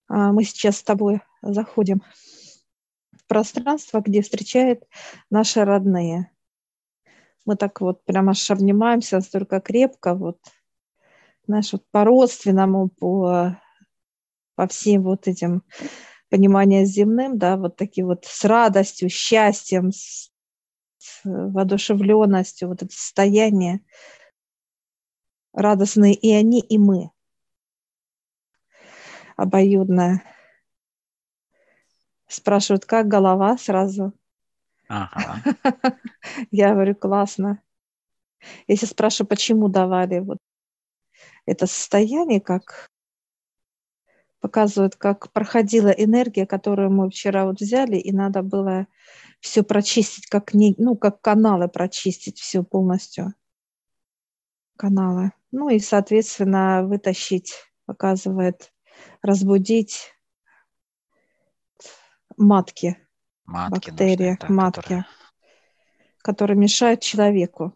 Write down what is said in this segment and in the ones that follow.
Мы сейчас с тобой заходим в пространство, где встречают наши родные. Мы так вот прямо аж обнимаемся настолько крепко, вот, знаешь, вот по-родственному, по всем вот этим пониманиям земным, да, вот такие вот с радостью, счастьем, с воодушевленностью, вот это состояние радостные и они, и мы, обоюдное. Спрашивают, как голова сразу. Ага. Я говорю, классно. Если спрашиваю, почему давали вот это состояние, как показывают, как проходила энергия, которую мы вчера вот взяли, и надо было все прочистить, как, как каналы прочистить все полностью. Каналы. Ну и, соответственно, вытащить, показывает, разбудить матки, Матки нужны, бактерии, да, которые... матки, которые мешают человеку.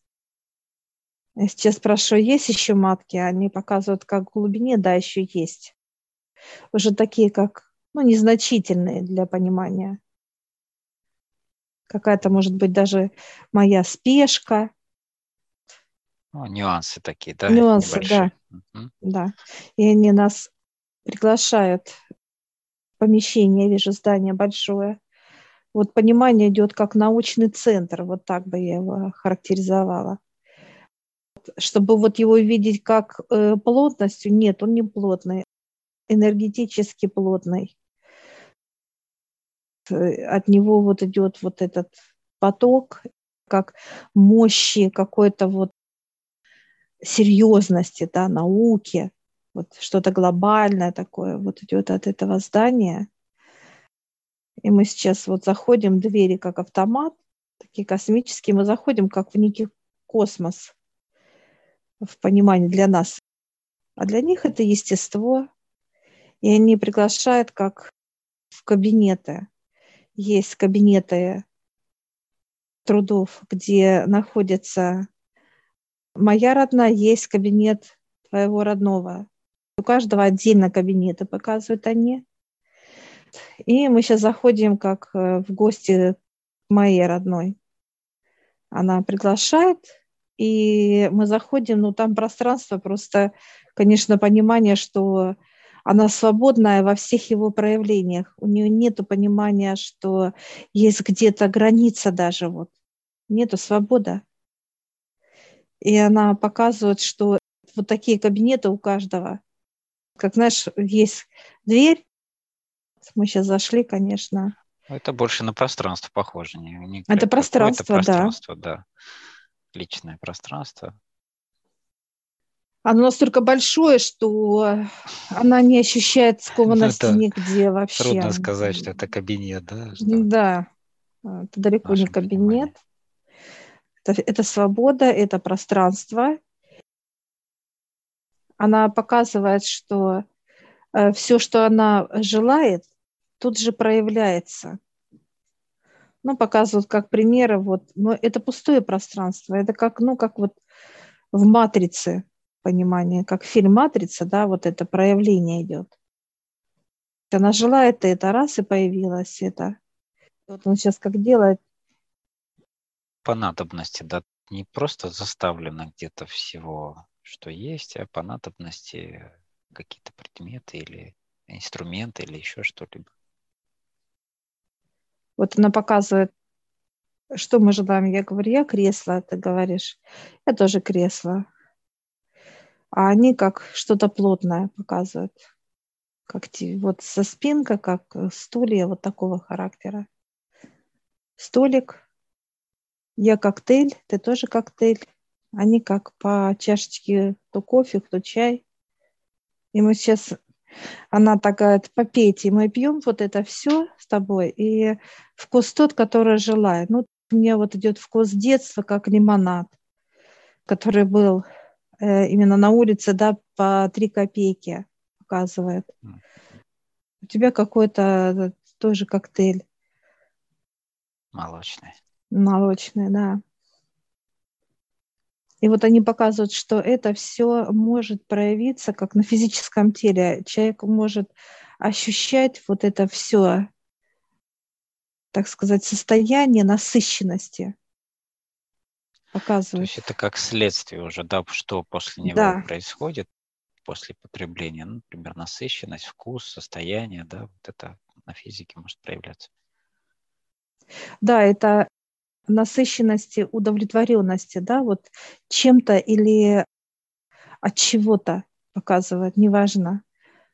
Я сейчас спрашиваю, есть еще матки? Они показывают, как в глубине, да, еще есть. Уже такие, как, незначительные для понимания. Какая-то, может быть, даже моя спешка. Ну, нюансы такие, да, Нюансы, да, небольшие. Мгм. да. И они нас приглашают в помещение, я вижу здание большое. Вот понимание идет как научный центр, вот так бы я его характеризовала. Чтобы вот его видеть как плотностью, нет, он не плотный, энергетически плотный. От него вот идет вот этот поток, как мощи какой-то вот серьезности, да, науки, вот что-то глобальное такое вот идет от этого здания. И мы сейчас вот заходим, двери как автомат, такие космические, мы заходим как в некий космос в понимании для нас. А для них это естество, и они приглашают как в кабинеты. Есть кабинеты трудов, где находится моя родная, есть кабинет твоего родного. У каждого отдельно кабинеты показывают они. И мы сейчас заходим как в гости к моей родной. Она приглашает, и мы заходим, там пространство просто, конечно, понимание, что она свободная во всех его проявлениях. У нее нет понимания, что есть где-то граница даже. Вот. Нету свободы. И она показывает, что вот такие кабинеты у каждого. Как, знаешь, есть дверь. Мы сейчас зашли, конечно. Это больше на пространство похоже, не Это как какое-то пространство, да. пространство, да. Личное пространство. Оно настолько большое, что она не ощущает Ну, скованности это нигде вообще. трудно сказать, что это кабинет, да, что Да, это в далеко не нашем понимании. кабинет. Это свобода, это пространство. Она показывает, что все, что она желает, тут же проявляется. Показывают как примеры. Вот. Но это пустое пространство. Это как вот в «Матрице» понимание, как фильм «Матрица», да, вот это проявление идет. Она желает это, раз и появилось это. Вот он сейчас как делает. По надобности, да, не просто заставлено где-то всего, что есть, а по надобности какие-то предметы или инструменты или еще что-либо. Вот она показывает, что мы желаем. Я говорю, я кресло, ты говоришь, я тоже кресло. А они как что-то плотное показывают. Как вот со спинка, как стулья вот такого характера. Столик, я коктейль, ты тоже коктейль. Они как по чашечке, кто кофе, кто чай. И мы сейчас, она такая, попейте, и мы пьем вот это все с тобой, и вкус тот, который желаю. У меня вот идет вкус детства, как лимонад, который был именно на улице, да, по 3 копейки показывает. У тебя какой-то тоже коктейль. Молочный. Молочный, да. И вот они показывают, что это все может проявиться как на физическом теле. Человек может ощущать вот это все, так сказать, состояние насыщенности, То показывает. есть это как следствие уже, да, что после него Да, происходит, после потребления, ну, например, насыщенность, вкус, состояние, да, вот это на физике может проявляться. да, это насыщенности, удовлетворенности, да, вот чем-то или от чего-то показывает, неважно.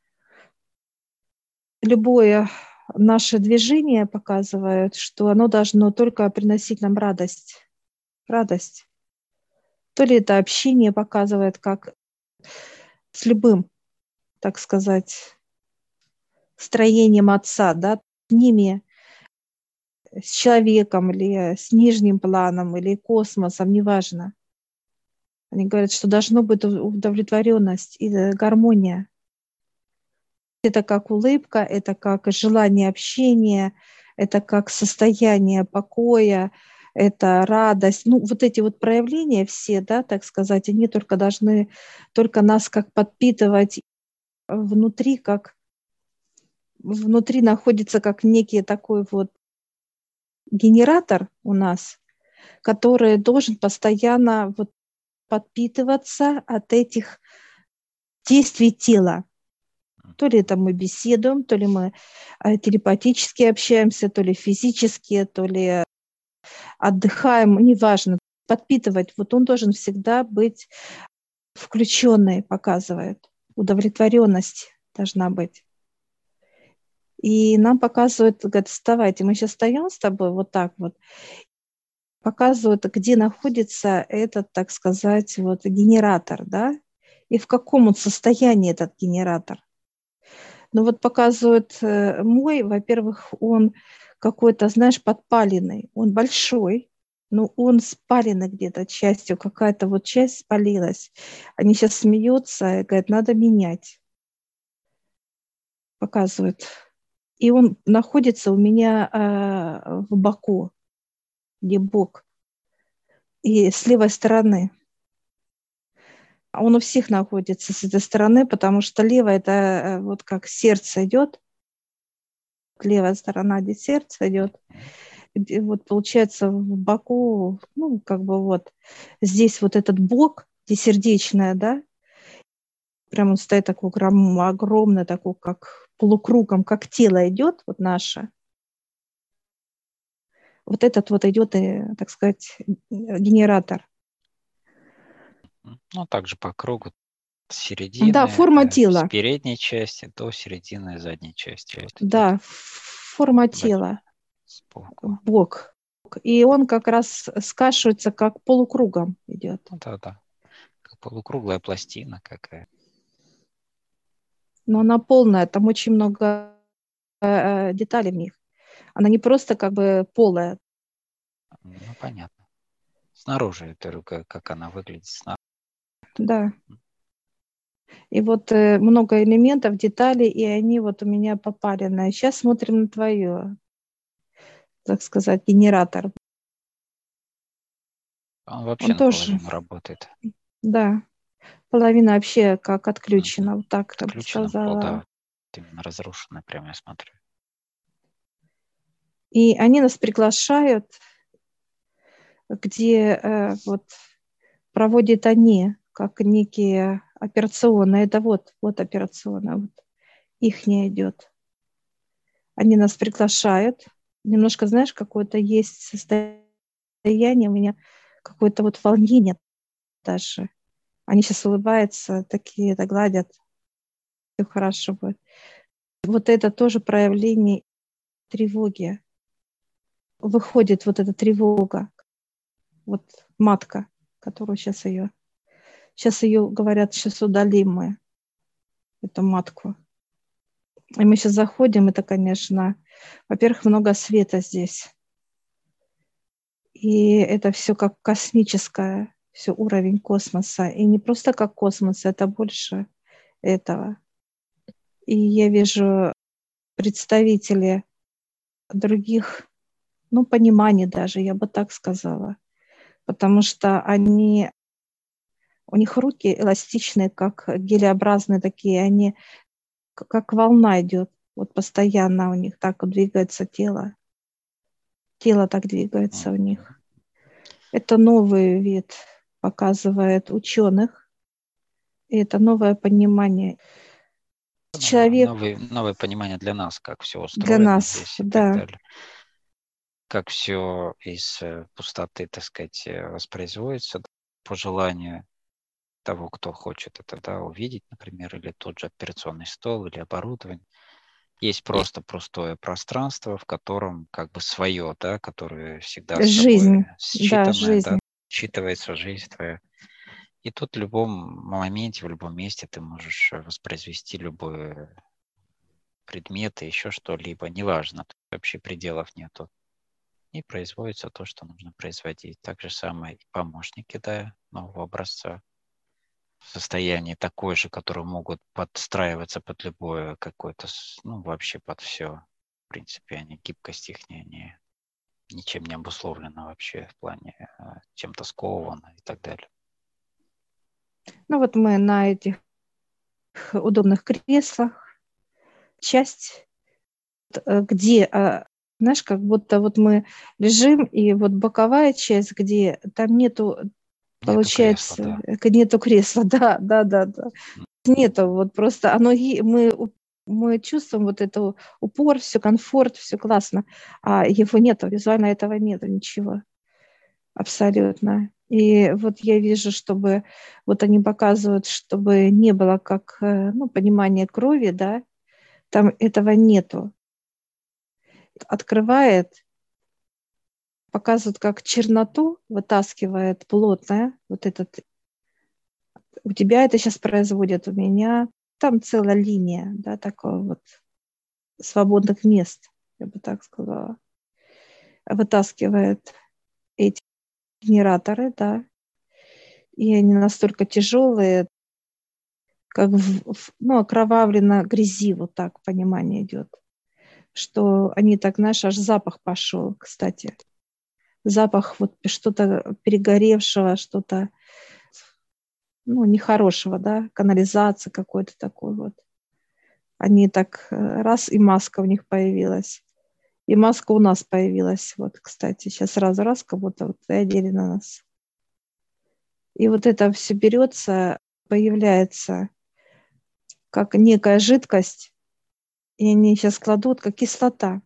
Любое наше движение показывает, что оно должно только приносить нам радость. Радость. То ли это общение показывает, как с любым, так сказать, строением отца, да, с ними, с человеком или с нижним планом или космосом, неважно. Они говорят, что должно быть удовлетворенность и гармония. Это как улыбка, это как желание общения, это как состояние покоя, это радость. Ну, вот эти вот проявления все, да, так сказать, они только должны только нас как подпитывать внутри, как внутри находится как некий такой вот генератор у нас, который должен постоянно вот подпитываться от этих действий тела. То ли это мы беседуем, то ли мы телепатически общаемся, то ли физически, то ли отдыхаем, неважно, подпитывать. Вот он должен всегда быть включенный, показывает. Удовлетворенность должна быть. И нам показывают, говорят, вставайте, мы сейчас встаем с тобой вот так вот, показывают, где находится этот, так сказать, вот генератор, да, и в каком он состоянии этот генератор. Ну вот показывают мой, во-первых, он какой-то, знаешь, подпаленный, он большой, но он спаленный где-то частью, какая-то вот часть спалилась. Они сейчас смеются и говорят, надо менять, показывают. И он находится у меня в боку, где бок, и с левой стороны. Он у всех находится с этой стороны, потому что левая это вот как сердце идет, левая сторона, где сердце идет, где вот получается в боку, ну, как бы вот здесь вот этот бок, где сердечная, да, прям он стоит такой огромный, такой как полукругом, как тело идет, вот наше. Вот этот вот идет, так сказать, генератор. Ну, также по кругу с Да, середины, форма с тела. передней части до середины задней части. Вот идет Да, форма вдоль, тела, сбоку. бок. И он как раз скашивается, как полукругом идет. Ну, да. Как полукруглая пластина какая. Но она полная, там очень много деталей в них. Она не просто как бы полая. Ну, понятно. Снаружи, это как она выглядит снаружи. Да. И вот много элементов, деталей, и они вот у меня попаренные. Сейчас смотрим на твою, так сказать, генератор. Он вообще Он тоже, наполовину работает. да, половина вообще как Мгм. отключена, вот так я бы Отключено было, да. сказала. Вот именно разрушенное, прямо я смотрю. И они нас приглашают, где вот проводят они, как некие операционные. Это вот операционная, вот ихняя идет. Они нас приглашают. Немножко, знаешь, какое-то есть состояние у меня, какое-то вот волнение даже. Они сейчас улыбаются, такие, это гладят, все хорошо будет. Вот это тоже проявление тревоги. Выходит вот эта тревога, вот матка, которую сейчас ее, говорят, сейчас удалим мы, эту матку. И мы сейчас заходим, это, конечно, во-первых, много света здесь. И это все как космическое, все уровень космоса. И не просто как космос, это больше этого. И я вижу представители других, ну, пониманий даже, я бы так сказала. Потому что они У них руки эластичные, как гелеобразные такие, они как волна идет. Вот постоянно у них так вот двигается тело. Тело так двигается у них. Это новый вид, показывает ученых. И это новое понимание. Человек Новое понимание для нас, как все для устроено нас, здесь и так да, далее. Как все из пустоты, так сказать, воспроизводится по желанию того, кто хочет это, да, увидеть, например, или тот же операционный стол, или оборудование. Есть просто пустое пространство, в котором как бы свое, да, которое всегда с жизнь, тобой да, считанное, да, жизнь. считывается жизнь твоя. И тут в любом моменте, в любом месте ты можешь воспроизвести любой предмет и еще что-либо, неважно, вообще пределов нету. И производится то, что нужно производить. Так же самое и помощники, да, нового образца в состоянии такой же, которые могут подстраиваться под любое какое-то, ну, вообще под все. В принципе, они, гибкость их ничем не обусловлена вообще в плане чем-то скована и так далее. Ну вот мы на этих удобных креслах. Часть, где, знаешь, как будто вот мы лежим, и вот боковая часть, где там нету, Нету кресла, получается, да. нету кресла, да, да, да, да. Нету, вот просто оно, мы чувствуем вот это упор, все комфорт, все классно, а его нету, визуально этого нету ничего, абсолютно. И вот я вижу, чтобы, вот они показывают, чтобы не было как, ну, понимание крови, да, там этого нету. Открывает, показывает, как черноту вытаскивает плотное, вот этот, у тебя это сейчас производит, у меня там целая линия, да, такого вот свободных мест, я бы так сказала, вытаскивает эти генераторы, да, и они настолько тяжелые, как ну, окровавлено грязи, вот так понимание идет, что они так, знаешь, аж запах пошел, кстати. Запах вот что-то перегоревшего, что-то, ну, нехорошего, да, канализация какой-то такой вот. Они так раз, и маска у них появилась. И маска у нас появилась, вот, кстати, сейчас сразу раз, как будто вот и одели на нас. И вот это все берется, появляется как некая жидкость, и они сейчас кладут, как кислота.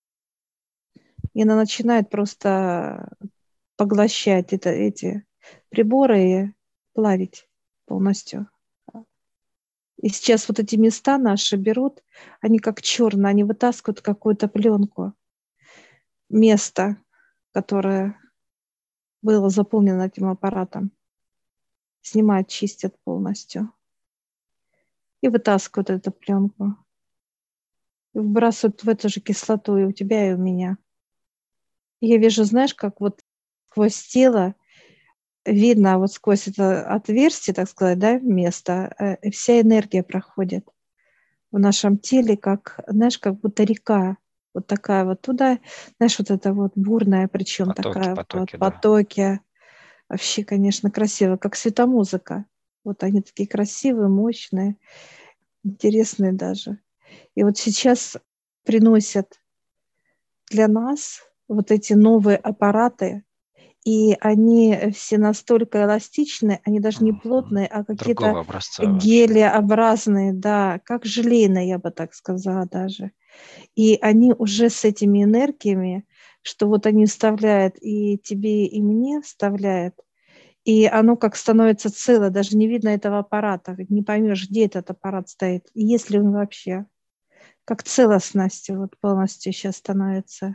И она начинает просто поглощать эти приборы и плавить полностью. И сейчас вот эти места наши берут, они как черные, они вытаскивают какую-то пленку, место, которое было заполнено этим аппаратом, снимают, чистят полностью и вытаскивают эту пленку. И выбрасывают в эту же кислоту и у тебя, и у меня. И я вижу, знаешь, как вот сквозь тело видно, вот сквозь это отверстие, так сказать, да, место, вся энергия проходит в нашем теле, как, знаешь, как будто река, вот такая вот туда, знаешь, вот это вот бурная, причем такая вот, Потоки, да. потоки. Вообще, конечно, красиво, как светомузыка. Вот они такие красивые, мощные, интересные даже. И вот сейчас приносят для нас вот эти новые аппараты, и они все настолько эластичны, они даже не плотные, а какие-то Другого образца вообще. гелеобразные, да, как желейные, я бы так сказала даже. И они уже с этими энергиями, что вот они вставляют и тебе, и мне вставляют, и оно как становится цело, даже не видно этого аппарата, не поймешь, где этот аппарат стоит, и есть ли он вообще. Как целостность вот полностью сейчас становится.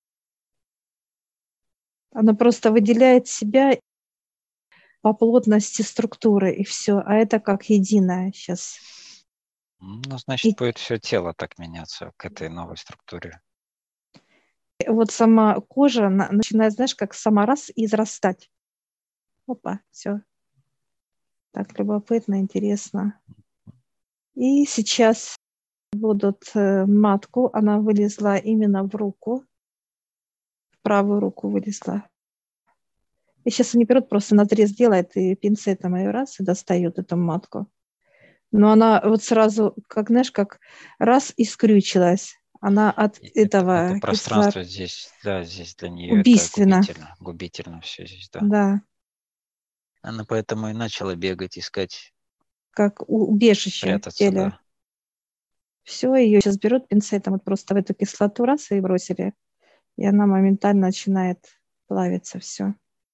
Она просто выделяет себя по плотности структуры, и все. А это как единое сейчас. Ну, значит, И будет все тело так меняться к этой новой структуре. вот сама кожа начинает, знаешь, как сама раз израстать. Опа, все. Так любопытно, интересно. И сейчас будут матку, она вылезла именно в руку, в правую руку вылезла. И сейчас они берут, просто надрез делают, и пинцетом ее раз, и достают эту матку. Но она вот сразу, как, знаешь, как раз и скрючилась. Она от Это этого пространство здесь, да, здесь для нее это убийственно. губительно все здесь, да. Да, Она поэтому и начала бегать, искать, как убежище в прятаться, теле. да. Все, ее сейчас берут пинцетом, вот просто в эту кислоту раз и бросили, и она моментально начинает плавиться все.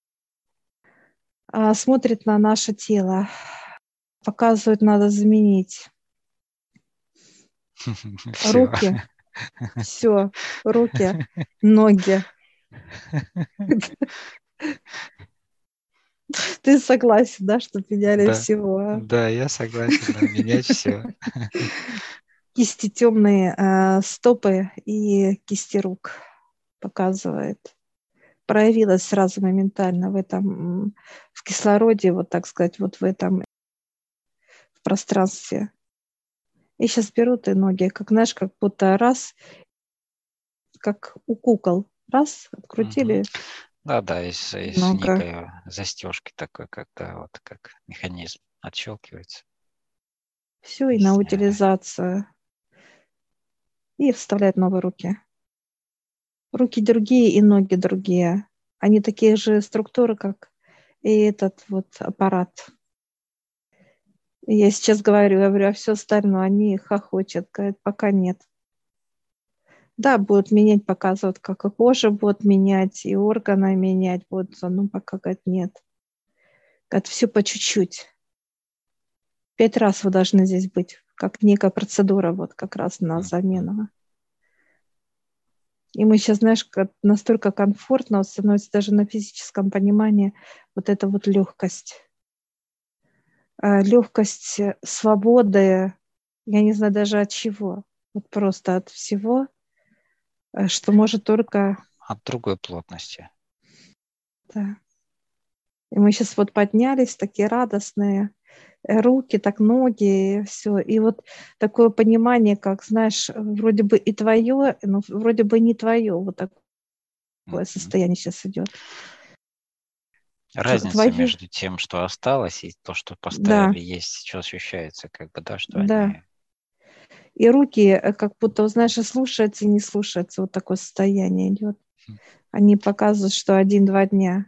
Смотрит на наше тело, показывает, надо заменить Все. руки, все, руки, ноги. Ты согласен, да, что меняли Да, всего? да, я согласен, да, менять все. Кисти темные, стопы и кисти рук показывает. Проявилась сразу моментально в этом, в кислороде, вот так сказать, вот в этом в пространстве. И сейчас берут и ноги, как, знаешь, как будто раз, как у кукол, раз, открутили Да, да, из много. некой застежки такой, когда вот как механизм отщелкивается Все, и и на сняли. утилизацию. И вставляют новые руки. Руки другие и ноги другие. Они такие же структуры, как и этот вот аппарат. И я сейчас говорю, а все остальное, они хохочут, говорят, пока нет. Да, будут менять, показывают, как и кожа будут менять, и органы менять будут, но пока, говорят, нет. Говорят, все по чуть-чуть. 5 раз вы должны здесь быть, как некая процедура, вот как раз на Мгм. замену. И мы сейчас, знаешь, как настолько комфортно вот становится даже на физическом понимании вот эта вот легкость. Легкость свободы, я не знаю даже от чего, вот просто от всего, что может только... От другой плотности. Да. И мы сейчас вот поднялись, такие радостные, руки, так ноги, и все. И вот такое понимание, как, знаешь, вроде бы и твое, но вроде бы не твое, вот такое Мгм. состояние сейчас идет. Разница Твое, между тем, что осталось, и то, что да, поставили, есть, что ощущается, как бы, да, что да. они... И руки как будто, знаешь, и слушаются, и не слушаются, вот такое состояние идет. Они показывают, что 1-2 дня.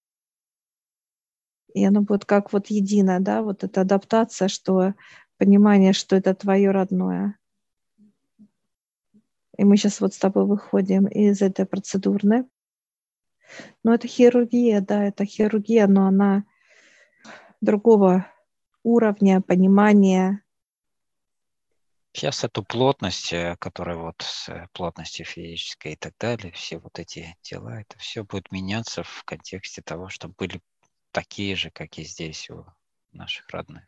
И оно будет как вот едино, да, вот эта адаптация, что понимание, что это твое родное. И мы сейчас вот с тобой выходим из этой процедурной. Но это хирургия, да, это хирургия, но она другого уровня понимания. Сейчас эту плотность, которая вот с плотностью физической и так далее, все вот эти тела, это все будет меняться в контексте того, что были такие же, как и здесь у наших родных.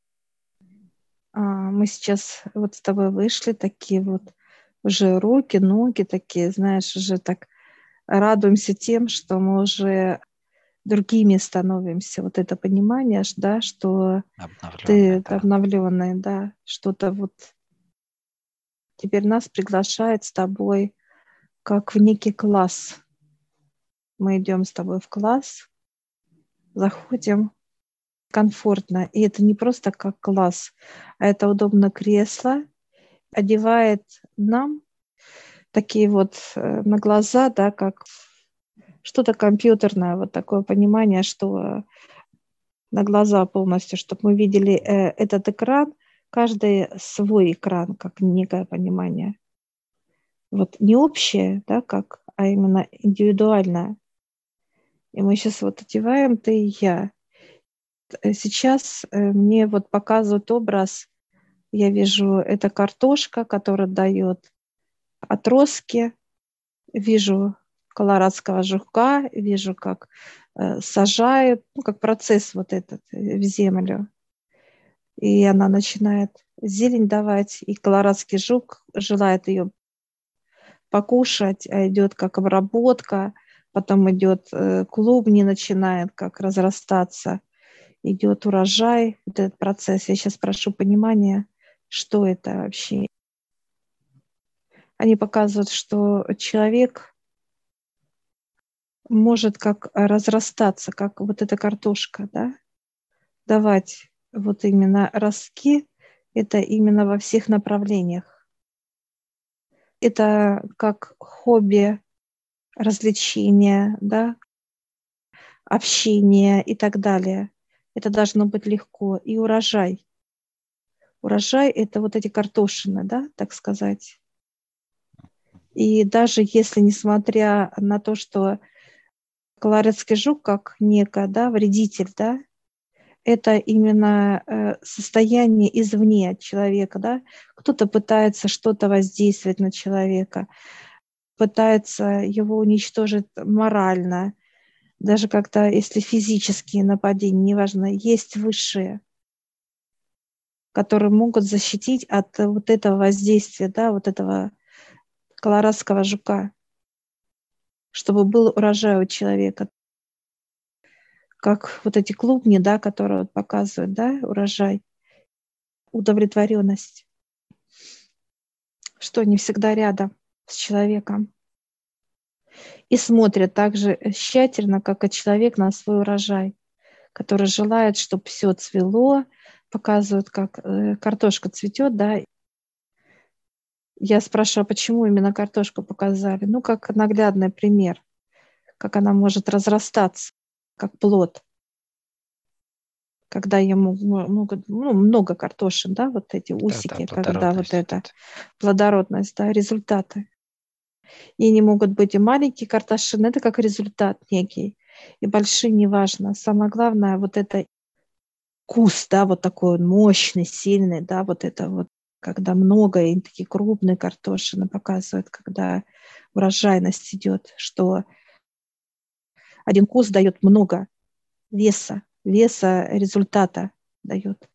Мы сейчас вот с тобой вышли, такие вот уже руки, ноги такие, знаешь, уже так радуемся тем, что мы уже другими становимся. Вот это понимание, да, что Обновленные, ты да. обновленный, да, что-то вот теперь нас приглашает с тобой как в некий класс. Мы идем с тобой в класс, заходим комфортно. И это не просто как класс, а это удобно кресло, одевает нам такие вот на глаза, да, как что-то компьютерное, вот такое понимание, что на глаза полностью, чтобы мы видели этот экран, каждый свой экран, как некое понимание. Вот не общее, да, как, а именно индивидуальное. И мы сейчас вот одеваем ты и я. Сейчас мне вот показывают образ, я вижу, это картошка, которая дает отростки, вижу колорадского жука, вижу, как сажают, ну, как процесс вот этот в землю. И она начинает зелень давать, и колорадский жук желает ее покушать, а идет как обработка, потом идет клубни, начинает как разрастаться, идет урожай, вот этот процесс. Я сейчас прошу понимания, что это вообще. Они показывают, что человек может как разрастаться, как вот эта картошка, да, давать вот именно ростки, это именно во всех направлениях. Это как хобби, развлечение, да, общение и так далее. Это должно быть легко. И урожай. Урожай – это вот эти картошины, да, так сказать. И даже если, несмотря на то, что колорадский жук, как некая, да, вредитель, да, это именно состояние извне от человека, да. Кто-то пытается что-то воздействовать на человека, пытается его уничтожить морально, даже как-то, если физические нападения, неважно, есть высшие, которые могут защитить от вот этого воздействия, да, вот этого колорадского жука, чтобы был урожай у человека. Как вот эти клубни, да, которые вот показывают, да, урожай, удовлетворенность, что не всегда рядом с человеком. И смотрят так же тщательно, как и человек на свой урожай, который желает, чтобы все цвело, показывают, как картошка цветет, да. Я спрашиваю, а почему именно картошку показали? Ну, как наглядный пример, как она может разрастаться, как плод, когда ему много картошин, да, вот эти Да, усики, когда вот плодородность вот это эта. плодородность, да, результаты. И они могут быть и маленькие картошины, это как результат некий, и большие, неважно. Самое главное, вот это куст, да, вот такой мощный, сильный, да, вот это вот, когда много, и такие крупные картошины показывают, когда урожайность идет, что один куст дает много веса результата дает.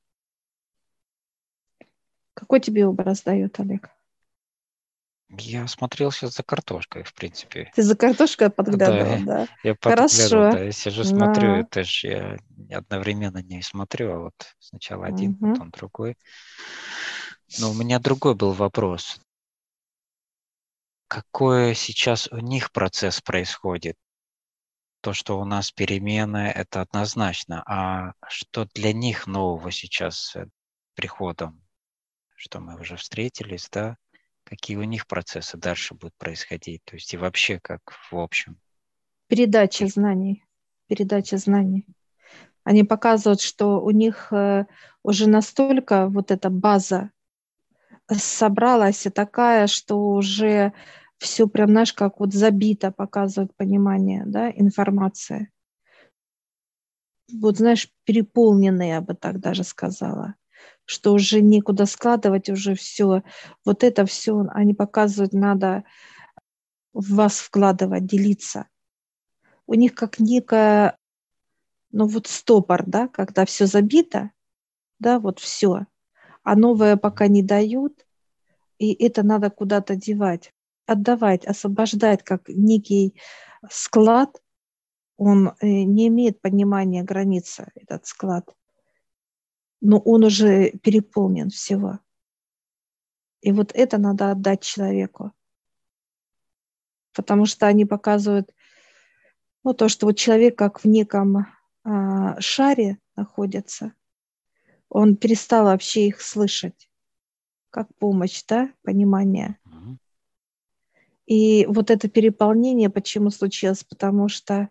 Какой тебе образ дает, Олег? Я смотрел сейчас за картошкой, в принципе. Ты за картошкой Да, подглядывал, да? я подглядывал, Хорошо. да, я сижу, смотрю, Да. это же я одновременно не смотрю, а вот сначала один, Мгм. потом другой. Но у меня другой был вопрос. Какой сейчас у них процесс происходит? То, что у нас перемены, это однозначно. А что для них нового сейчас с приходом? Что мы уже встретились, да? Какие у них процессы дальше будут происходить? То есть и вообще как в общем? Передача Их- знаний. Передача знаний. Они показывают, что у них уже настолько вот эта база собралась и такая, что уже все прям, знаешь, как вот забито, показывают понимание, да, информация. Вот, знаешь, переполненные, я бы так даже сказала, что уже некуда складывать, уже все, вот это все, они показывают, надо в вас вкладывать, делиться. У них как некая, ну вот стопор, да, когда все забито, да, вот все, а новое пока не дают, и это надо куда-то девать, отдавать, освобождать как некий склад, он не имеет понимания границы, этот склад, но он уже переполнен всего. И вот это надо отдать человеку, потому что они показывают, ну, то, что вот человек как в неком шаре находится, он перестал вообще их слышать, как помощь, да, понимание. Мгм. И вот это переполнение почему случилось? Потому что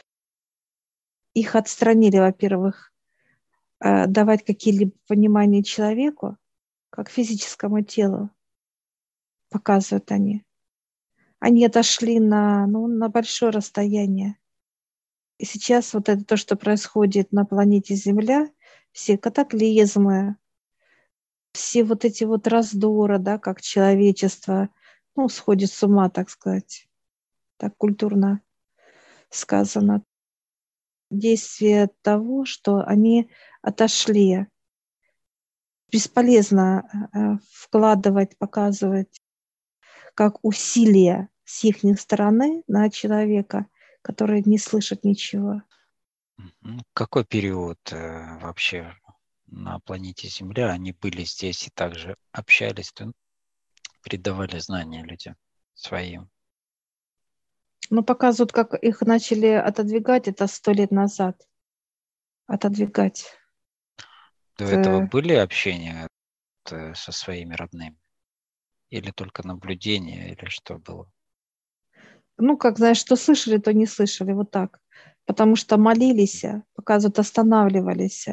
их отстранили, во-первых, давать какие-либо понимания человеку, как физическому телу, показывают они. Они отошли на большое расстояние. И сейчас вот это то, что происходит на планете Земля, все катаклизмы, все вот эти вот раздоры, да, как человечество, ну, сходит с ума, так сказать, так культурно сказано, действие того, что они отошли. Бесполезно вкладывать, показывать как усилие с их стороны на человека, который не слышит ничего. Какой период вообще на планете Земля они были здесь и также общались, передавали знания людям своим? Но показывают, как их начали отодвигать, это 100 лет назад. Отодвигать. До этого Э, были общения со своими родными? Или только наблюдение, или что было? Ну, как, знаешь, что слышали, то не слышали, вот так. Потому что молились, показывают, останавливались,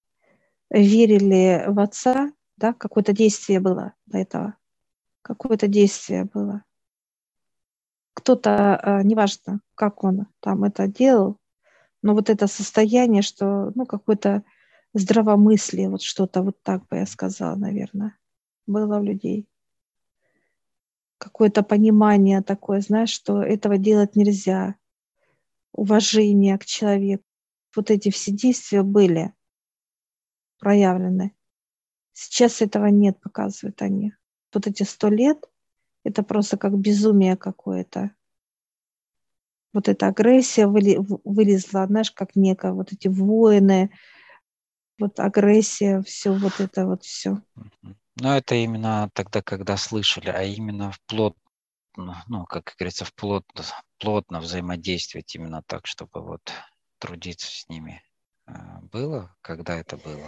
верили в Отца, да, какое-то действие было до этого. Какое-то действие было. Кто-то, неважно, как он там это делал, но вот это состояние, что, ну, какое-то здравомыслие, вот что-то вот так бы я сказала, наверное, было у людей. Какое-то понимание такое, знаешь, что этого делать нельзя, уважение к человеку. Вот эти все действия были проявлены. Сейчас этого нет, показывают они. Вот эти 100 лет, это просто как безумие какое-то. Вот эта агрессия вылезла, знаешь, как некая, вот эти войны, вот агрессия, все вот это вот все. Мгм. Но это именно тогда, когда слышали, а именно в ну, как говорится, плотно взаимодействовать именно так, чтобы вот трудиться с ними. Было, когда это было?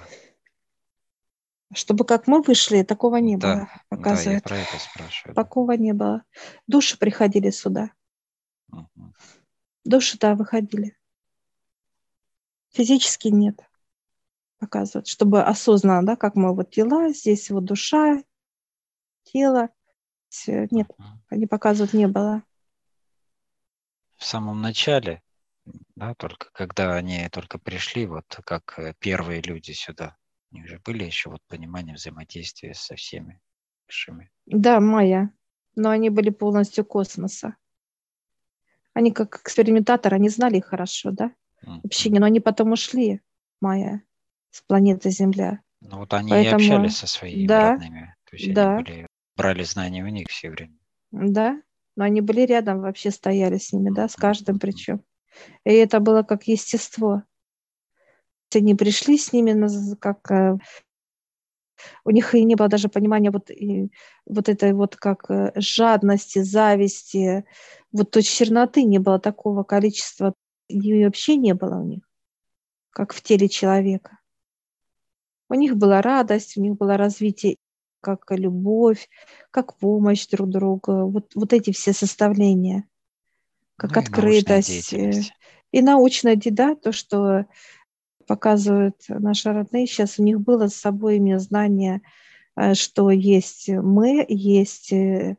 Чтобы как мы вышли, такого не Да, было, да, я показывает. про это спрашиваю. Да. Такого не было. Души приходили сюда. Мгм. Души, да, выходили. Физически нет, показывают. Чтобы осознанно, да, как мы вот тела, здесь вот душа, тело. Нет, Мгм. они показывают, не было. В самом начале, да, только когда они только пришли, вот как первые люди сюда, у них же были еще вот понимание взаимодействия со всеми высшими. Да, майя. Но они были полностью космоса. Они как экспериментаторы, они знали их хорошо, да? Вообще Мгм. не, но они потом ушли, майя, с планеты Земля. Ну вот они и общались Поэтому, со своими да, родными, то есть они да, брали знания у них все время. да. Но они были рядом, вообще стояли с ними, да, с Мгм, каждым мгм. причем. И это было как естество. Они пришли с ними, как у них и не было даже понимания вот, вот этой вот как жадности, зависти, вот той черноты не было такого количества, ее вообще не было у них, как в теле человека. У них была радость, у них было развитие, как любовь, как помощь друг другу, вот эти все составления, как Ну и научная открытость деятельность. и научная да, то, что показывают наши родные, сейчас у них было с собой именно знание, что есть мы, есть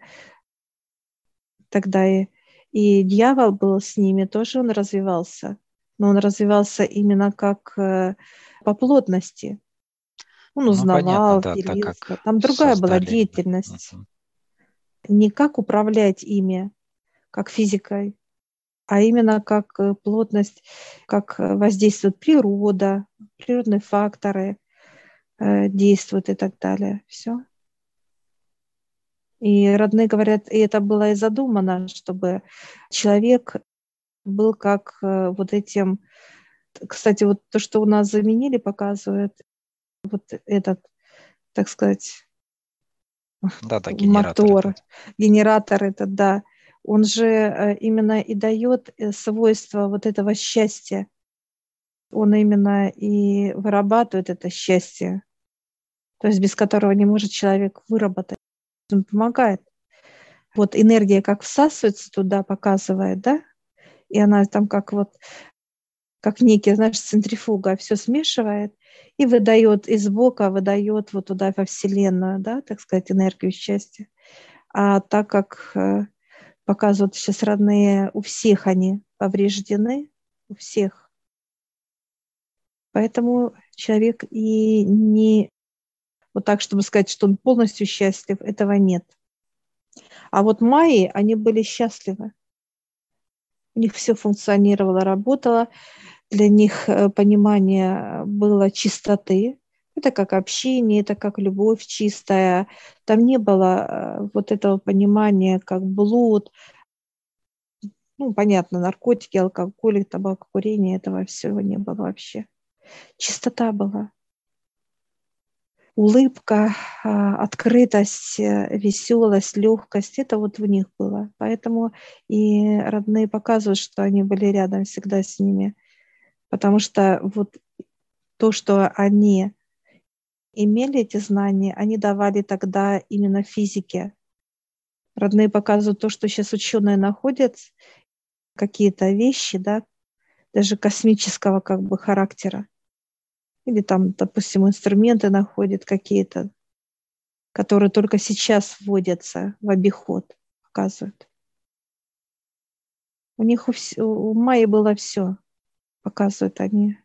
тогда и дьявол был с ними, тоже он развивался, но он развивался именно как по плотности. Он Ну понятно, узнавал, да, так делился. как Там другая была создали именно. деятельность. Мгм. Не как управлять ими, как физикой, а именно как плотность, как воздействует природа, природные факторы действуют и так далее. Все. И родные говорят, и это было и задумано, чтобы человек был как вот этим. Кстати, вот то, что у нас заменили, показывает вот этот, так сказать, Да, да, генератор мотор, этот. генератор этот, да, он же именно и дает свойства вот этого счастья. Он именно и вырабатывает это счастье, то есть без которого не может человек выработать. Он помогает. Вот энергия как всасывается туда, показывает, да, и она там как вот, как некий, знаешь, центрифуга все смешивает и выдает из бока, выдает вот туда во Вселенную, да, так сказать, энергию счастья. А так как показывают сейчас родные, у всех они повреждены, у всех. Поэтому человек и не вот так, чтобы сказать, что он полностью счастлив, этого нет. А вот майи, они были счастливы. У них все функционировало, работало. Для них понимание было чистоты. Это как общение, это как любовь чистая. Там не было вот этого понимания, как блуд, ну, понятно, наркотики, алкоголь, табакокурение, этого всего не было вообще. Чистота была. улыбка, открытость, веселость, легкость. Это вот в них было. Поэтому и родные показывают, что они были рядом всегда с ними. Потому что вот то, что они имели эти знания, они давали тогда именно физике. Родные показывают то, что сейчас ученые находят, какие-то вещи, да, даже космического как бы характера. Или там, допустим, инструменты находят какие-то, которые только сейчас вводятся в обиход, показывают. У них у Майи было все, показывают они.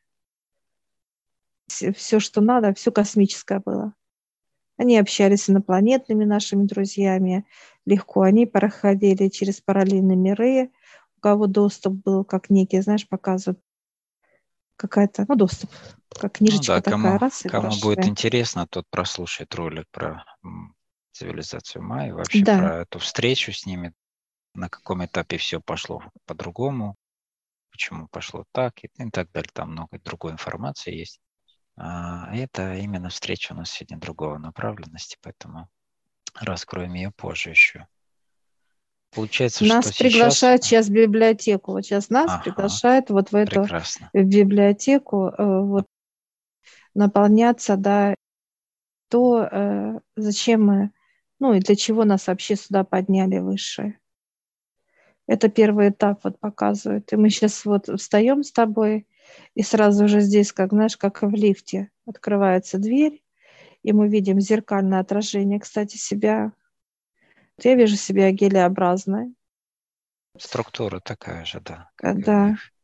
Все, что надо, все космическое было. Они общались с инопланетными нашими друзьями легко. Они проходили через параллельные миры. У кого доступ был, как некий, знаешь, показывают какая-то, ну, доступ, как Ну книжечка да, такая, раз, и кому будет прошли. интересно, тот прослушает ролик про цивилизацию майя, вообще Да, про эту встречу с ними, на каком этапе все пошло по-другому, почему пошло так и так далее. Там много другой информации есть. Это именно встреча у нас сегодня другого направленности, поэтому раскроем ее позже еще. Получается, нас что сейчас... приглашают сейчас в библиотеку. Вот сейчас нас Ага, приглашают вот в эту прекрасно. в библиотеку вот наполняться, да, то, зачем мы, ну и для чего нас вообще сюда подняли выше. Это первый этап вот показывает. И мы сейчас вот встаем с тобой, и сразу же здесь, как знаешь, как в лифте, открывается дверь, и мы видим зеркальное отражение, кстати, себя. Я вижу себя гелеобразной. Структура такая же, да, как и у Да. них.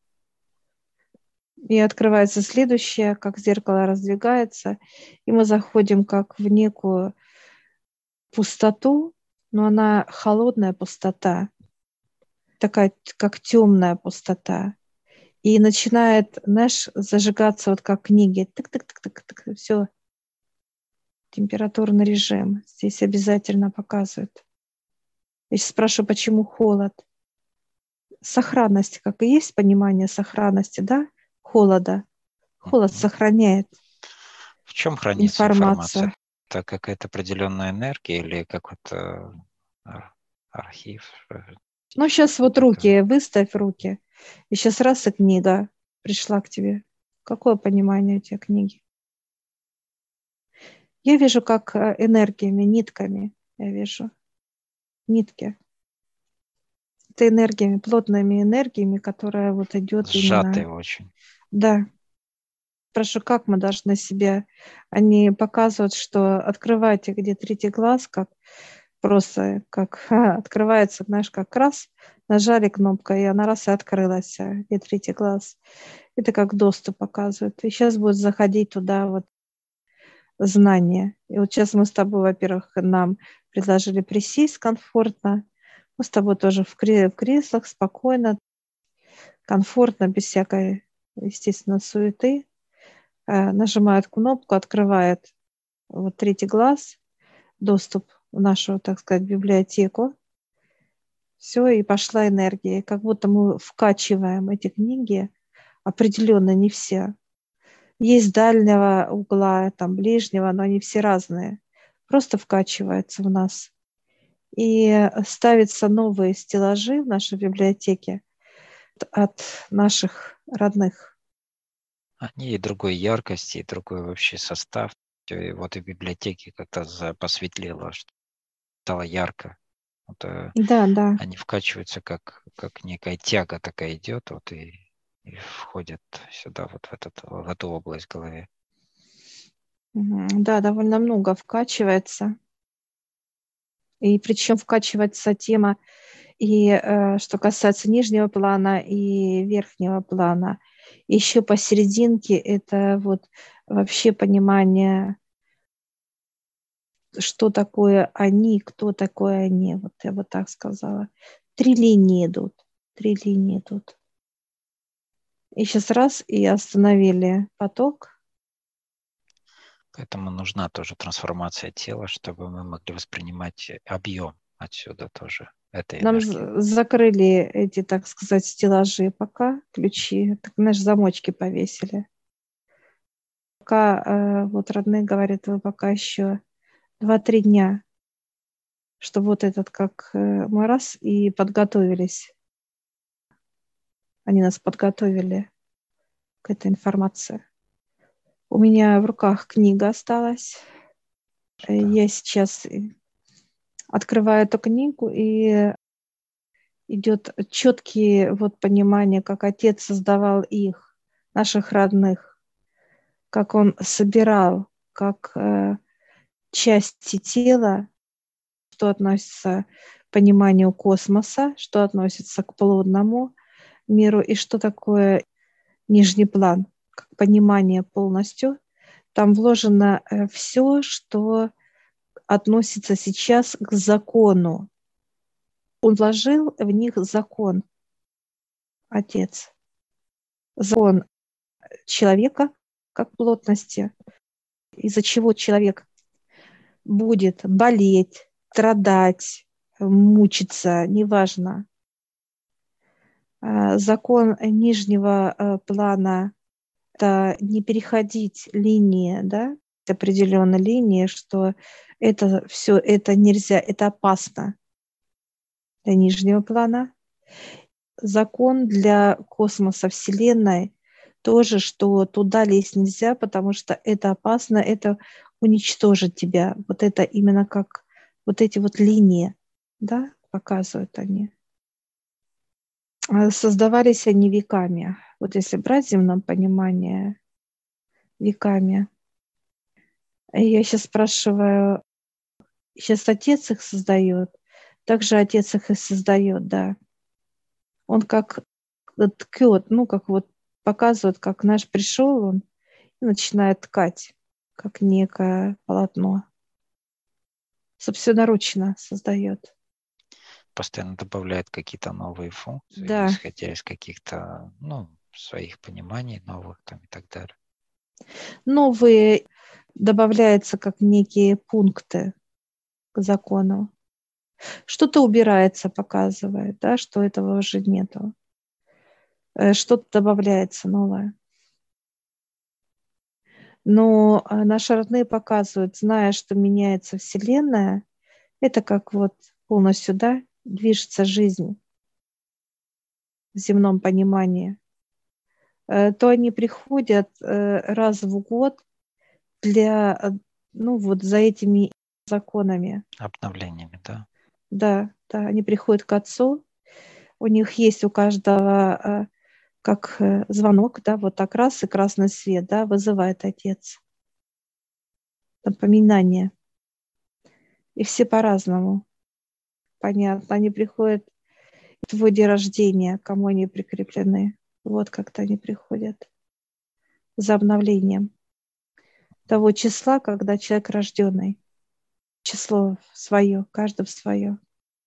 И открывается следующее, как зеркало раздвигается, и мы заходим как в некую пустоту, но она холодная пустота, такая как темная пустота. И начинает, знаешь, зажигаться вот как книги. Тык-тык-тык-тык-тык. Все, температурный режим. Здесь обязательно показывают. Я сейчас спрашиваю, почему холод? Сохранность, как и есть понимание сохранности, да? Холода. Холод Мгм. сохраняет В чем хранится информация? информацию. Это какая-то определенная энергия или какой-то архив? Ну, сейчас Что вот такое? руки, выставь руки. И сейчас раз и книга пришла к тебе. Какое понимание у тебя книги? Я вижу, как энергиями, нитками. Я вижу нитки. Это энергиями, плотными энергиями, которая вот идет именно. Сжатый очень. Да. Прошу, как мы должны себе... Они показывают, что открывайте, где третий глаз, как просто как открывается, знаешь, как раз нажали кнопку, и она раз и открылась, где третий глаз. Это как доступ показывает. И сейчас будет заходить туда вот знание. И вот сейчас мы с тобой, во-первых, нам предложили присесть комфортно. Мы с тобой тоже в креслах спокойно, комфортно, без всякой, естественно, суеты. Нажимает кнопку, открывает вот третий глаз, доступ в нашу, так сказать, библиотеку. Все, и пошла энергия. Как будто мы вкачиваем эти книги, определенно не все. Есть дальнего угла, там ближнего, но они все разные. Просто вкачивается в нас. И ставятся новые стеллажи в нашей библиотеке от наших родных. Они и другой яркости, и другой вообще состав. И вот и в библиотеке как-то посветлело, что стало ярко. Вот, Да, да. они вкачиваются, как некая тяга такая идет, вот и входят сюда, вот в эту область в голове. Да, довольно много вкачивается. И причем вкачивается тема и что касается нижнего плана и верхнего плана. Еще посерединке это вот вообще понимание, что такое они, кто такой они. Вот я бы так сказала. 3 линии идут. 3 линии идут. И сейчас раз, и остановили поток. Поэтому нужна тоже трансформация тела, чтобы мы могли воспринимать объем отсюда тоже этой Нам энергии. закрыли эти, так сказать, стеллажи пока, ключи. Так, знаешь, замочки повесили. пока вот родные говорят, вы пока еще 2-3 дня, что вот этот как мы раз и подготовились. Они нас подготовили к этой информации. У меня в руках книга осталась. Да. Я сейчас открываю эту книгу, и идет четкие вот понимание, как Отец создавал их, наших родных, как Он собирал, как части тела, что относится к пониманию космоса, что относится к плотному миру и что такое нижний план, как понимание полностью. Там вложено все, что относится сейчас к закону. Он вложил в них закон, Отец. Закон человека как плотности, из-за чего человек будет болеть, страдать, мучиться, неважно. Закон нижнего плана – это не переходить линии, да, определенной линии, что это все, это нельзя, это опасно для нижнего плана. Закон для космоса, Вселенной тоже, что туда лезть нельзя, потому что это опасно, это уничтожит тебя. Вот это именно как вот эти вот линии, да, показывают они. Создавались они веками. Вот если брать в земном понимании, веками. Я сейчас спрашиваю, сейчас Отец их создает, также Отец их и создает, да. Он как ткет, ну, как вот показывает, как наш пришел, он и начинает ткать, как некое полотно. Собственноручно создает. Постоянно добавляет какие-то новые функции, Да, исходя из каких-то, своих пониманий новых там и так далее. новые добавляются как некие пункты к закону. Что-то убирается, показывает, да, что этого уже нету. Что-то добавляется новое. Но наши родные показывают, зная, что меняется Вселенная, это как вот полностью, да, движется жизнь в земном понимании, то они приходят раз в год для, ну вот за этими законами. Обновлениями, да. Да, да, они приходят к Отцу, у них есть у каждого как звонок, да, вот так раз и красный свет, да, вызывает Отец. Напоминание. И все по-разному. Понятно. Они приходят в твой день рождения, кому они прикреплены. Вот как-то они приходят за обновлением того числа, когда человек рожденный. Число свое, каждый в свое.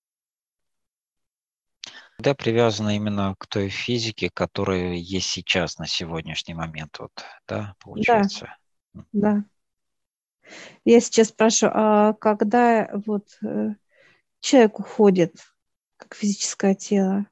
Да, привязано именно к той физике, которая есть сейчас на сегодняшний момент, вот, да, Да, получается. да. Я сейчас спрашиваю, а когда вот человек уходит, как физическое тело,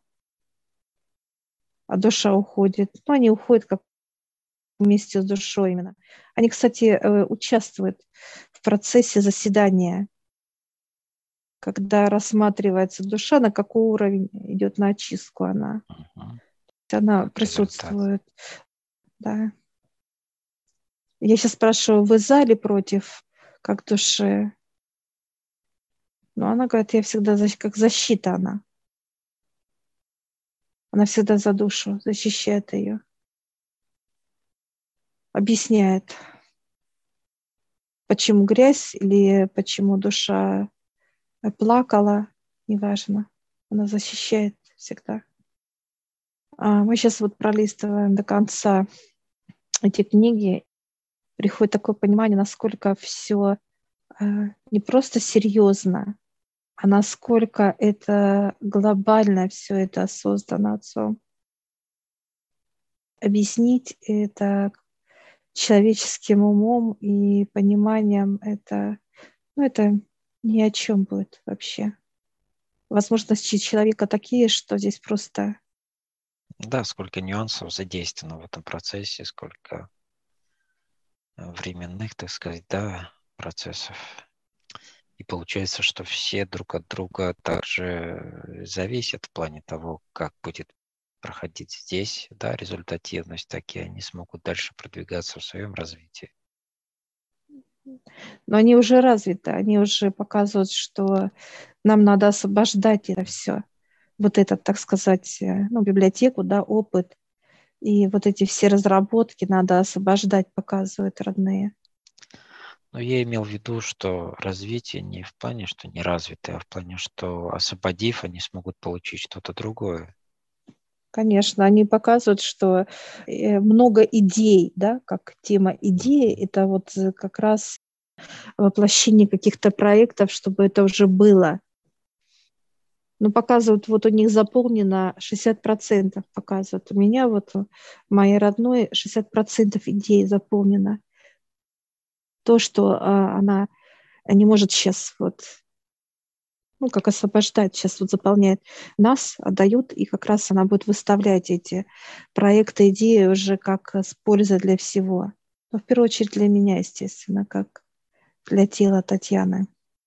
а душа уходит, ну, они уходят как вместе с душой именно. Они, кстати, участвуют в процессе заседания, когда рассматривается душа, на какой уровень идет на очистку она. Мгм. Она Как результат. присутствует, да. Я сейчас спрашиваю, вы за или против, как душе? Но она говорит, я всегда как защита она. Она всегда за душу, защищает ее, объясняет, почему грязь или почему душа плакала, неважно. Она защищает всегда. Мы сейчас вот пролистываем до конца эти книги. Приходит такое понимание, насколько все не просто серьезно, а насколько это глобально все это создано Отцом. Объяснить это человеческим умом и пониманием, это ни о чем будет вообще. Возможности человека такие, что здесь просто Да, сколько нюансов задействовано в этом процессе, сколько временных, так сказать, да, процессов. И получается, что все друг от друга также зависят в плане того, как будет проходить здесь, да, результативность, так и они смогут дальше продвигаться в своем развитии. Но они уже развиты, они уже показывают, что нам надо освобождать это все. Вот этот, так сказать, ну, библиотеку, да, опыт. И вот эти все разработки надо освобождать, показывают родные. Но я имел в виду, что развитие не в плане, что не развитое, а в плане, что освободив, они смогут получить что-то другое. Конечно, они показывают, что много идей, да, как тема идеи, это вот как раз воплощение каких-то проектов, чтобы это уже было. Ну, показывают, вот у них заполнено 60%, показывают. У меня вот, моей родной, 60% идей заполнено. То, что она не может сейчас вот, ну, как освобождать, сейчас вот заполняет нас, отдают, и как раз она будет выставлять эти проекты, идеи уже как с пользой для всего. Но в первую очередь для меня, естественно, как для тела Татьяны.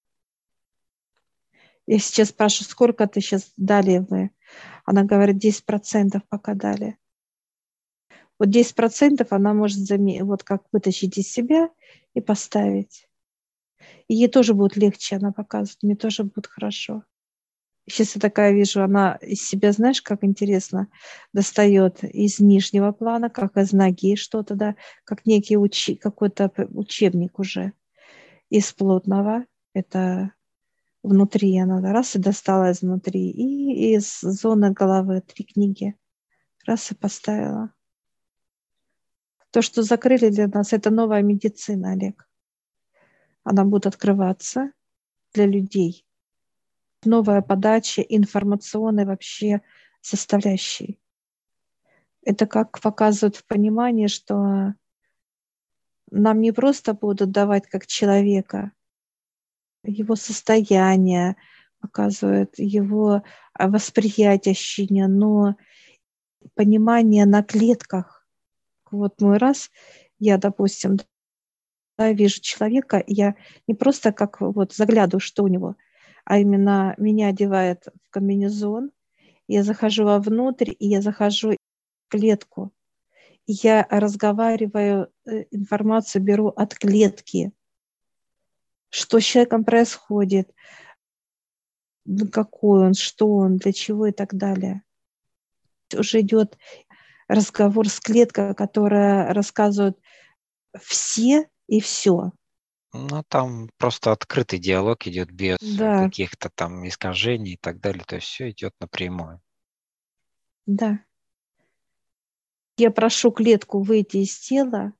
Я сейчас спрашиваю, сколько ты сейчас дали вы? Она говорит, 10% пока дали. Вот 10% она может вот как вытащить из себя и поставить. И ей тоже будет легче, она показывает, мне тоже будет хорошо. Сейчас я такая вижу, она из себя, знаешь, как интересно, достает из нижнего плана, как из ноги что-то, да, как некий какой-то учебник уже из плотного. Это внутри она раз и достала изнутри. И из зоны головы 3 книги. Раз и поставила. То, что закрыли для нас, это новая медицина, Олег. Она будет открываться для людей. Новая подача информационной вообще составляющей. Это как показывает в понимании, что нам не просто будут давать как человека, его состояние показывает, его восприятие ощущения, но понимание на клетках. Вот мой раз, я, допустим, да, вижу человека, и я не просто как вот заглядываю, что у него, а именно меня одевает в комбинезон, я захожу вовнутрь, и я захожу в клетку. И я разговариваю, информацию беру от клетки, что с человеком происходит, какой он, что он, для чего и так далее. Уже идет разговор с клеткой, которая рассказывает все и все. Ну, там просто открытый диалог идет без Да, каких-то там искажений и так далее. То есть все идет напрямую. да. Я прошу клетку выйти из тела,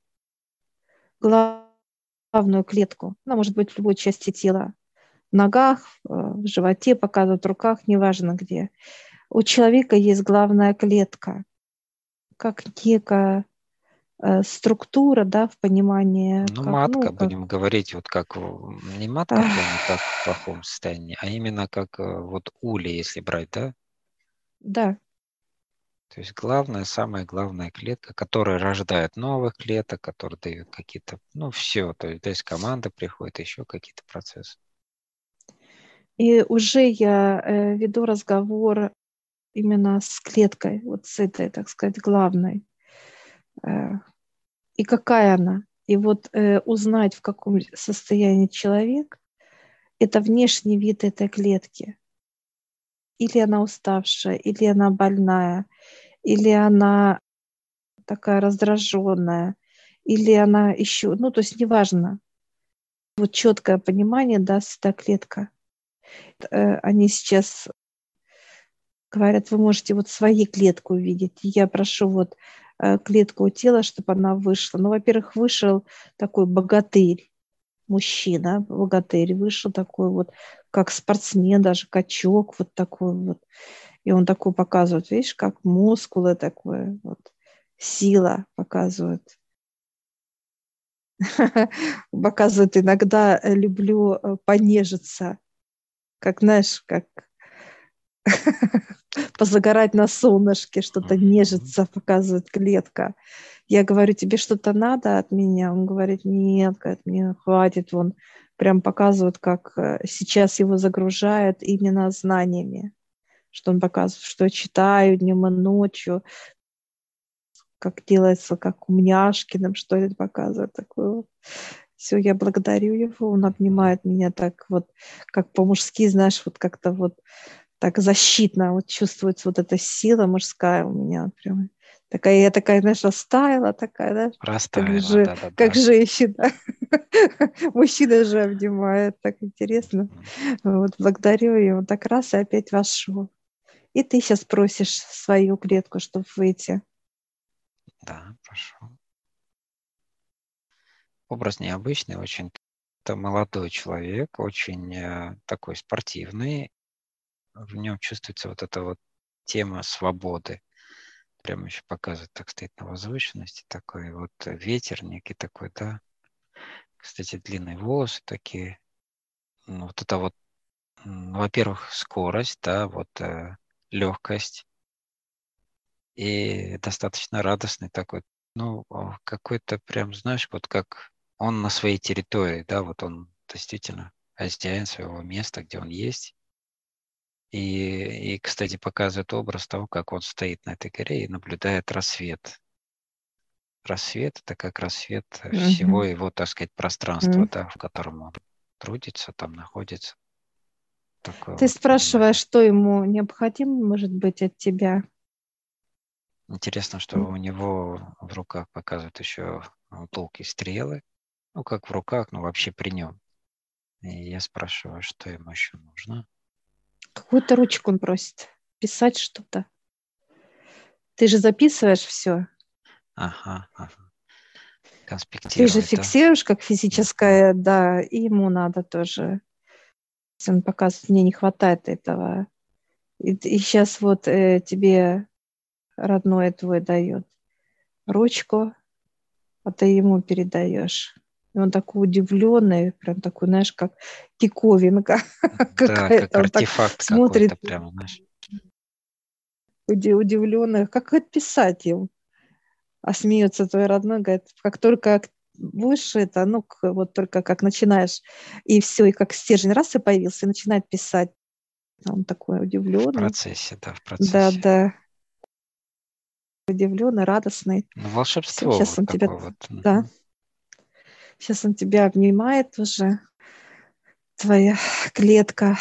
главную клетку, она может быть в любой части тела, в ногах, в животе, показывают в руках, неважно где. У человека есть главная клетка, как некая структура, да, в понимании, Ну, как, ну, матка, как, будем говорить, вот как не матка в плане как в плохом состоянии, а именно как вот улей, если брать, да? да, То есть главная, самая главная клетка, которая рождает новых клеток, которая дает какие-то, ну, все, то есть команда приходит, еще какие-то процессы. и уже я веду разговор именно с клеткой, вот с этой, так сказать, главной. Э, и какая она? И вот узнать, в каком состоянии человек, это внешний вид этой клетки. Или она уставшая, или она больная, или она такая раздраженная, или она еще, ну, то есть неважно. Вот четкое понимание даст эта клетка. Они сейчас говорят, вы можете вот свои клетку увидеть. И я прошу вот клетку у тела, чтобы она вышла. Ну, во-первых, вышел такой богатырь, мужчина, богатырь, вышел такой вот, как спортсмен, даже качок вот такой вот. И он такой показывает, видишь, как мускулы такое, вот, сила показывает. Показывает иногда, люблю понежиться, как, знаешь, как позагорать на солнышке, что-то Мгм. нежится, показывает клетка. Я говорю, тебе что-то надо от меня? Он говорит, нет, говорит, мне хватит. Он прям показывает, как сейчас его загружают именно знаниями. Что он показывает, что я читаю днем и ночью, как делается, как умняшки нам, что это показывает такое. Все, я благодарю его, он обнимает меня так вот, как по-мужски, знаешь, вот как-то вот так защитно, вот чувствуется вот эта сила мужская у меня прям. Такая, я такая, знаешь, растаяла, такая, да, Растаяла, как да-да-да. женщина. Мужчина же обнимает, так интересно. Вот, благодарю его, так раз и опять вошел. И ты сейчас просишь свою клетку, чтобы выйти. Да, прошу. Образ необычный очень. Это молодой человек, очень такой спортивный. В нем чувствуется вот эта вот тема свободы. Прямо еще показывает, так стоит на возвышенности. Такой вот ветер некий такой, да. Кстати, длинные волосы такие. Вот это вот, во-первых, скорость, да, вот легкость. И достаточно радостный такой. Ну, какой-то прям, знаешь, вот как он на своей территории, да, вот он действительно хозяин своего места, где он есть. И, кстати, показывает образ того, как он стоит на этой горе и наблюдает рассвет. Рассвет — это как рассвет всего Мгм. его, так сказать, пространства, да, в котором он трудится, там находится. Такое Ты вот спрашиваешь, понимание. что ему необходимо, может быть, от тебя? Интересно, что у него в руках показывают еще толки стрелы. Ну, как в руках, но вообще при нем. И я спрашиваю, что ему еще нужно. Какую-то ручку он просит. Писать что-то. Ты же записываешь все. Ага, ага. Ты же Конспектировать, да? фиксируешь как Мгм. физическое, да, и ему надо тоже. Он показывает, мне не хватает этого. И сейчас вот тебе родной твой дает ручку, а ты ему передаешь. И он такой удивленный, прям такой, знаешь, как диковинка Да, как какая-то. Он так артефакт смотрит какой-то прям, знаешь. удивленный, как это писать им? А смеется твой родной, говорит, как только будешь это, ну, вот только как начинаешь, и все, и как стержень раз и появился, и начинает писать. Он такой В удивленный. процессе, да, в Да, процессе. да, удивленный, радостный. Ну, Все, волшебство сейчас вот он тебя, такое вот. да, сейчас он тебя обнимает уже, твоя клетка.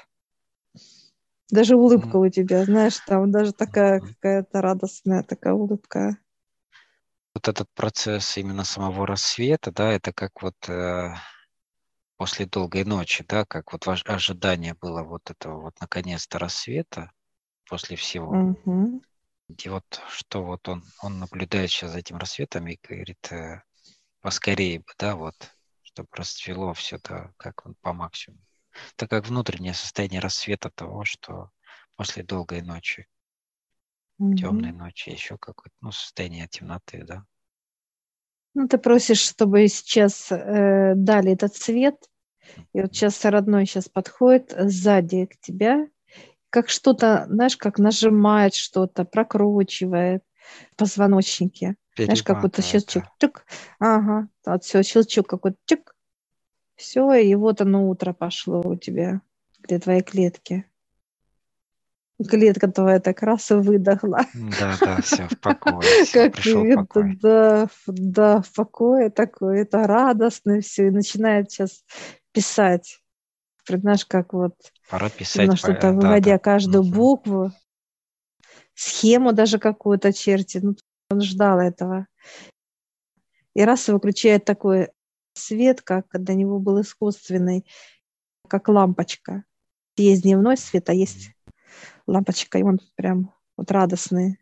Даже улыбка у тебя, знаешь, там даже такая Мгм. какая-то радостная такая улыбка. Вот этот процесс именно самого рассвета, да, это как вот после долгой ночи, да, как вот ожидание было вот этого вот наконец-то рассвета после всего. Мгм. И вот что вот он наблюдает сейчас за этим рассветом и говорит, поскорее бы, да, вот, чтобы расцвело все, да, как он по максимуму. Это как внутреннее состояние рассвета того, что после долгой ночи, темной Мгм. ночи, еще какое-то, ну, состояние темноты, да. Ну, ты просишь, чтобы сейчас дали этот цвет, и вот Мгм. сейчас родной сейчас подходит сзади к тебя, как что-то, знаешь, как нажимает что-то, прокручивает в позвоночнике. Знаешь, как будто Перематывает, щелчок, да. чик, ага, вот все, щелчок какой-то, чик, все, и вот оно утро пошло у тебя для твоей клетки. Клетка твоя так раз и выдохла. Да, да, все в покое, все, Как пришел это, покой. да, да, в покое такое, это радостно все, и начинает сейчас писать. Прям, знаешь, как вот Пора именно писать, что-то да, выводя да. каждую Мгм. букву, схему даже какую-то чертит. Ну, он ждал этого. И раз и выключает такой свет, как для него был искусственный, как лампочка. Есть дневной свет, а есть лампочка, и он прям вот радостный.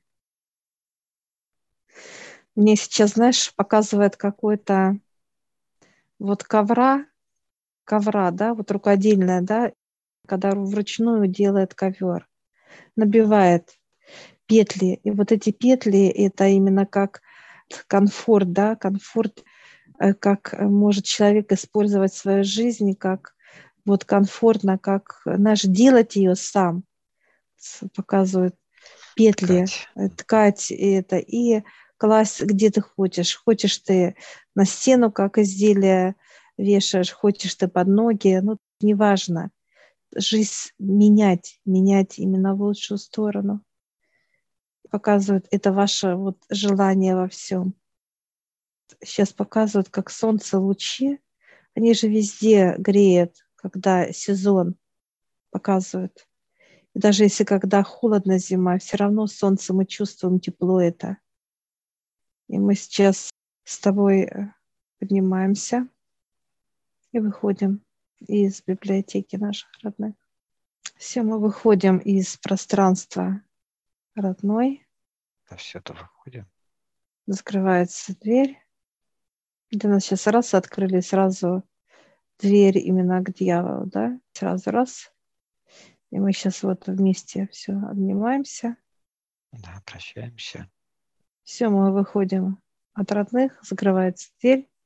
Мне сейчас, знаешь, показывает какой-то вот ковра, да, вот рукодельная, да, когда вручную делает ковер, набивает петли. И вот эти петли, это именно как комфорт, да, комфорт, как может человек использовать в своей жизни, как вот комфортно, как, знаешь, делать ее сам, показывают петли, Ткать. ткать это, и класть где ты хочешь. Хочешь ты на стену, как изделие вешаешь, хочешь ты под ноги, ну, неважно. Жизнь менять именно в лучшую сторону. Показывают, это ваше вот желание во всем. Сейчас показывают, как солнце лучи, они же везде греют, когда сезон показывают. И даже если когда холодно зима, все равно солнце мы чувствуем тепло это. И мы сейчас с тобой поднимаемся и выходим из библиотеки наших родных. Все, мы выходим из пространства родной. Отсюда выходим. Закрывается дверь. Для нас сейчас раз открыли сразу дверь именно к дьяволу, да? Сразу раз. И мы сейчас вот вместе все обнимаемся. Да, прощаемся. Все, мы выходим от родных, закрывается дверь.